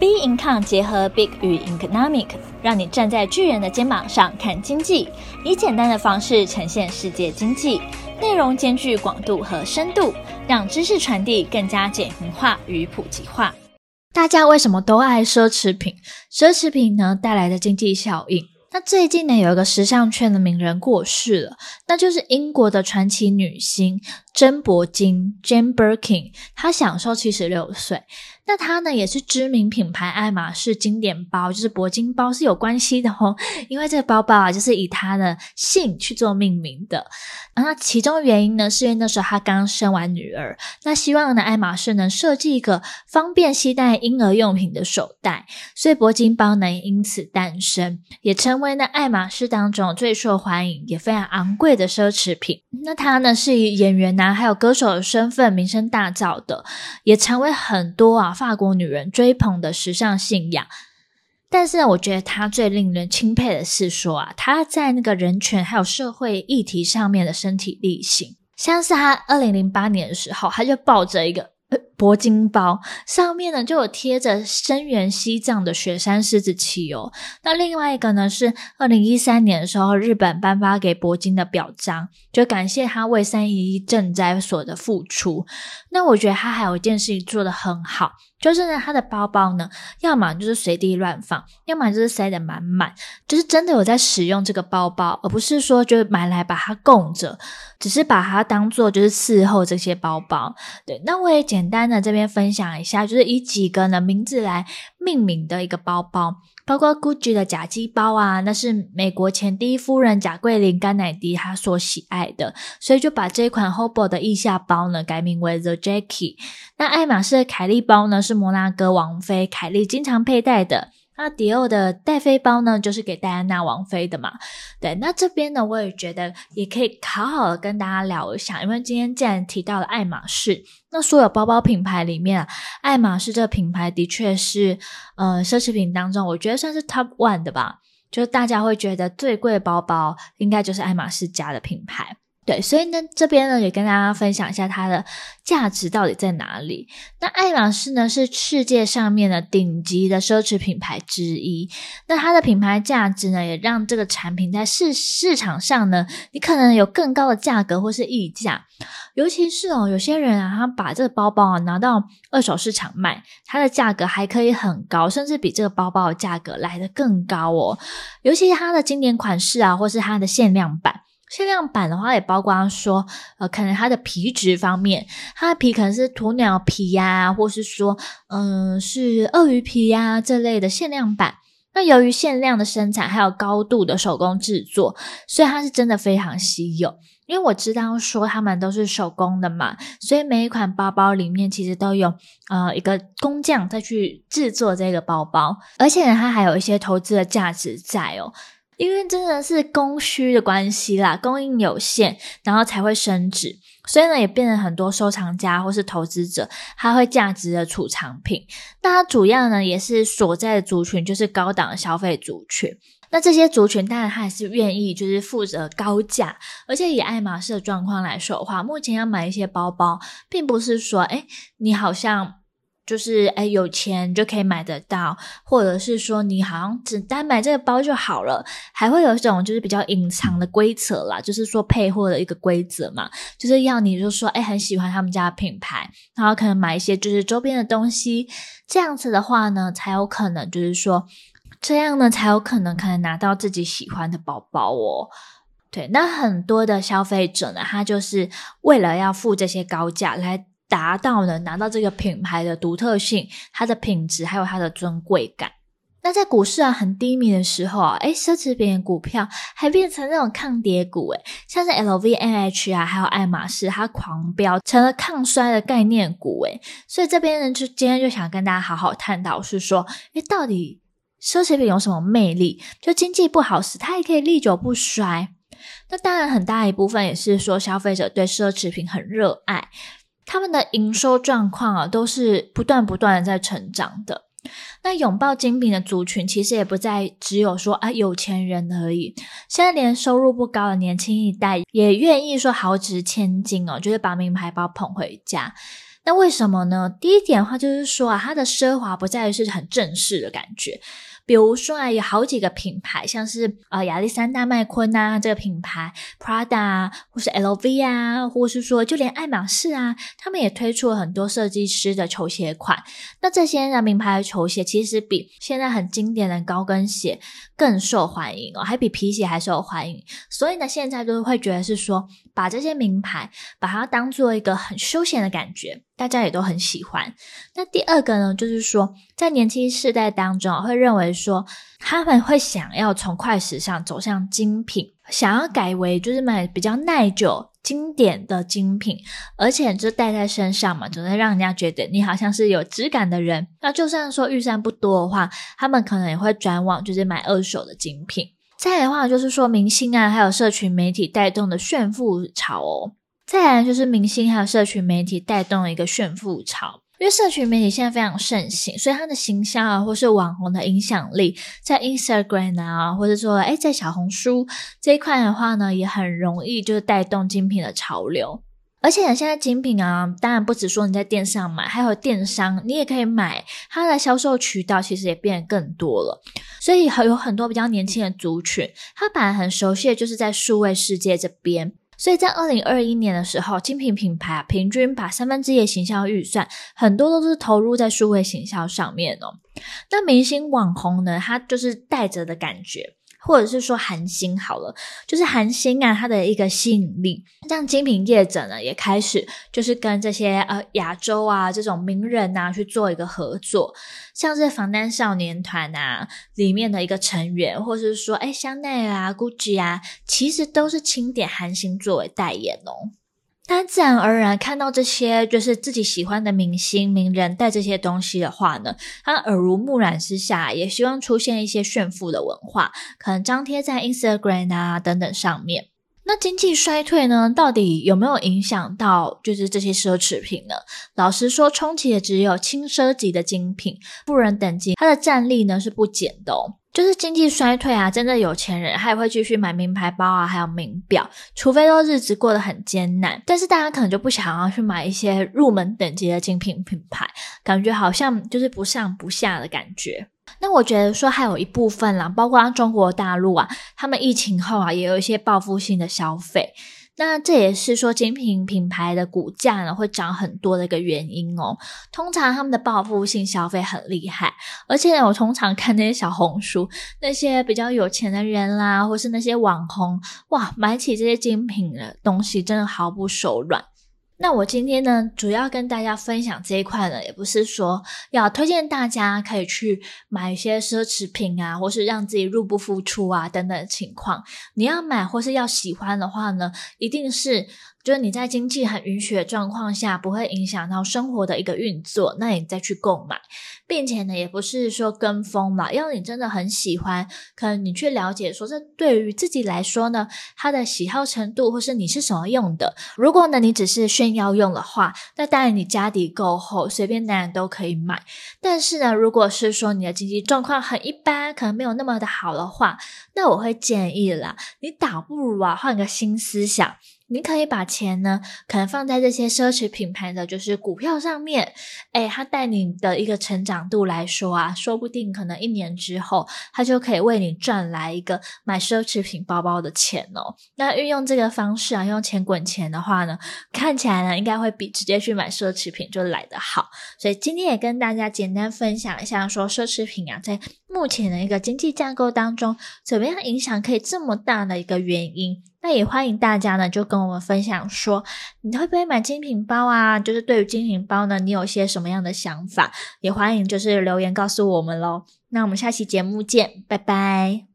B Income 结合 Big 与 Economic， 让你站在巨人的肩膀上看经济，以简单的方式呈现世界经济，内容兼具广度和深度，让知识传递更加简明化与普及化。大家为什么都爱奢侈品？奢侈品呢带来的经济效应。那最近呢有一个时尚圈的名人过世了，那就是英国的传奇女星珍铂金 Jane Birkin， 她享受76岁。那她呢也是知名品牌爱马仕经典包，就是铂金包是有关系的哦，因为这个包包啊就是以她的姓去做命名的。那其中原因呢是因为那时候她刚生完女儿，那希望呢爱马仕能设计一个方便携带婴儿用品的手袋，所以铂金包呢也因此诞生，也成为呢爱马仕当中最受欢迎也非常昂贵的奢侈品。那她呢是以演员啊还有歌手的身份名声大噪的，也成为很多法国女人追捧的时尚信仰。但是呢我觉得她最令人钦佩的是说她在那个人权还有社会议题上面的身体力行。像是她2008年的时候，她就抱着一个铂金包，上面呢就有贴着声援西藏的雪山狮子旗哦。那另外一个呢是2013年的时候，日本颁发给铂金的表彰，就感谢他为311赈灾所的付出。那我觉得他还有一件事情做得很好，就是呢他的包包呢要么就是随地乱放，要么就是塞得满满，就是真的有在使用这个包包，而不是说就买来把它供着，只是把它当做就是伺候这些包包。对，那我也简单的这边分享一下，就是以几个呢名字来命名的一个包包，包括 Gucci 的假鸡包啊，那是美国前第一夫人贾桂琳甘乃迪她所喜爱的，所以就把这款 Hobo 的腋下包呢改名为 The Jackie。 那爱马仕的凯利包呢是摩纳哥王妃凯利经常佩戴的，那迪奥的戴妃包呢就是给戴安娜王妃的嘛。对，那这边呢我也觉得也可以好好的跟大家聊一下，因为今天既然提到了爱马仕，那所有包包品牌里面爱马仕这个品牌的确是奢侈品当中我觉得算是 top 1 的吧，就是大家会觉得最贵的包包应该就是爱马仕家的品牌。对，所以呢这边呢也跟大家分享一下它的价值到底在哪里。那爱马仕呢是世界上面的顶级的奢侈品牌之一，那它的品牌价值呢也让这个产品在市场上呢你可能有更高的价格或是溢价。尤其是有些人他把这个包包拿到二手市场卖，它的价格还可以很高，甚至比这个包包的价格来得更高哦。尤其是它的经典款式或是它的限量版的话也包括说可能它的皮质方面，它的皮可能是鸵鸟皮或是说是鳄鱼皮这类的限量版。那由于限量的生产还有高度的手工制作，所以它是真的非常稀有。因为我知道说他们都是手工的嘛，所以每一款包包里面其实都有一个工匠再去制作这个包包，而且呢它还有一些投资的价值在因为真的是供需的关系啦，供应有限，然后才会升值，所以呢也变成很多收藏家或是投资者他会价值的储藏品。那它主要呢也是所在的族群就是高档的消费族群，那这些族群当然他还是愿意就是付着高价。而且以爱马仕的状况来说的话，目前要买一些包包并不是说你好像就是有钱就可以买得到，或者是说你好像只单买这个包就好了，还会有一种就是比较隐藏的规则啦，就是说配货的一个规则嘛，就是要你就说很喜欢他们家的品牌，然后可能买一些就是周边的东西，这样子的话呢才有可能就是说这样呢才有可能拿到自己喜欢的包包对，那很多的消费者呢他就是为了要付这些高价来达到呢拿到这个品牌的独特性，它的品质还有它的尊贵感。那在股市很低迷的时候奢侈品的股票还变成那种抗跌股像是 LVMH 还有爱马仕它狂飙成了抗衰的概念股所以这边呢就今天就想跟大家好好探讨是说到底奢侈品有什么魅力，就经济不好时它也可以历久不衰。那当然很大一部分也是说消费者对奢侈品很热爱，他们的营收状况都是不断的在成长的。那拥抱精品的族群其实也不再只有说有钱人而已，现在连收入不高的年轻一代也愿意说豪掷千金就是把名牌包捧回家。 那为什么呢？第一点的话就是说啊，它的奢华不在于是很正式的感觉。比如说啊，有好几个品牌，像是亚历山大麦昆啊这个品牌 Prada 啊，或是 LV 啊，或是说就连爱马仕啊，他们也推出了很多设计师的球鞋款。那这些的名牌的球鞋其实比现在很经典的高跟鞋更受欢迎还比皮鞋还受欢迎。所以呢，现在都会觉得是说，把这些名牌把它当做一个很休闲的感觉，大家也都很喜欢。那第二个呢，就是说在年轻世代当中会认为说他们会想要从快时尚走向精品，想要改为就是买比较耐久经典的精品，而且就戴在身上嘛，总会让人家觉得你好像是有质感的人。那就算说预算不多的话，他们可能也会转往就是买二手的精品。再来的话就是说明星啊还有社群媒体带动的炫富潮再来就是明星还有社群媒体带动了一个炫富潮。因为社群媒体现在非常盛行，所以它的形象啊或是网红的影响力在 Instagram 啊或者说在小红书这一块的话呢，也很容易就是带动精品的潮流。而且现在精品啊，当然不只说你在店上买，还有电商你也可以买，它的销售渠道其实也变得更多了。所以有很多比较年轻的族群，他本来很熟悉的就是在数位世界这边。所以在2021年的时候，精品品牌平均把1/3的行销预算很多都是投入在数位行销上面那明星网红呢，他就是带着的感觉，或者是说韩星好了，就是韩星啊它的一个吸引力，让精品业者呢也开始就是跟这些亚洲啊这种名人啊去做一个合作，像是防弹少年团啊里面的一个成员，或是说香奈儿啊 Gucci 啊，其实都是钦点韩星作为代言但自然而然看到这些就是自己喜欢的明星名人带这些东西的话呢，他耳濡目染之下也希望出现一些炫富的文化，可能张贴在 Instagram 啊等等上面。那经济衰退呢，到底有没有影响到就是这些奢侈品呢？老实说，冲击的只有轻奢级的精品，富人等级它的战力呢是不减的就是经济衰退啊，真的有钱人他也会继续买名牌包啊还有名表，除非都日子过得很艰难，但是大家可能就不想要去买一些入门等级的精品品牌，感觉好像就是不上不下的感觉。那我觉得说还有一部分啦，包括中国大陆啊，他们疫情后啊也有一些报复性的消费，那这也是说精品品牌的股价呢会涨很多的一个原因通常他们的报复性消费很厉害，而且呢我通常看那些小红书，那些比较有钱的人啦，或是那些网红，哇，买起这些精品的东西真的毫不手软。那我今天呢主要跟大家分享这一块呢，也不是说要推荐大家可以去买一些奢侈品啊，或是让自己入不敷出啊等等的情况。你要买或是要喜欢的话呢，一定是就是你在经济很允许的状况下，不会影响到生活的一个运作，那你再去购买，并且呢也不是说跟风嘛，要你真的很喜欢，可能你去了解说这对于自己来说呢，它的喜好程度或是你是什么用的。如果呢你只是炫耀用的话，那当然你家底够厚，随便男人都可以买。但是呢如果是说你的经济状况很一般，可能没有那么的好的话，那我会建议啦，你倒不如换个新思想，你可以把钱呢可能放在这些奢侈品牌的就是股票上面，它带你的一个成长度来说啊，说不定可能1年之后它就可以为你赚来一个买奢侈品包包的钱那运用这个方式啊，用钱滚钱的话呢，看起来呢应该会比直接去买奢侈品就来得好。所以今天也跟大家简单分享一下说奢侈品啊在目前的一个经济架构当中怎么样影响可以这么大的一个原因。那也欢迎大家呢就跟我们分享说你会不会买精品包啊，就是对于精品包呢你有些什么样的想法，也欢迎就是留言告诉我们咯。那我们下期节目见，拜拜。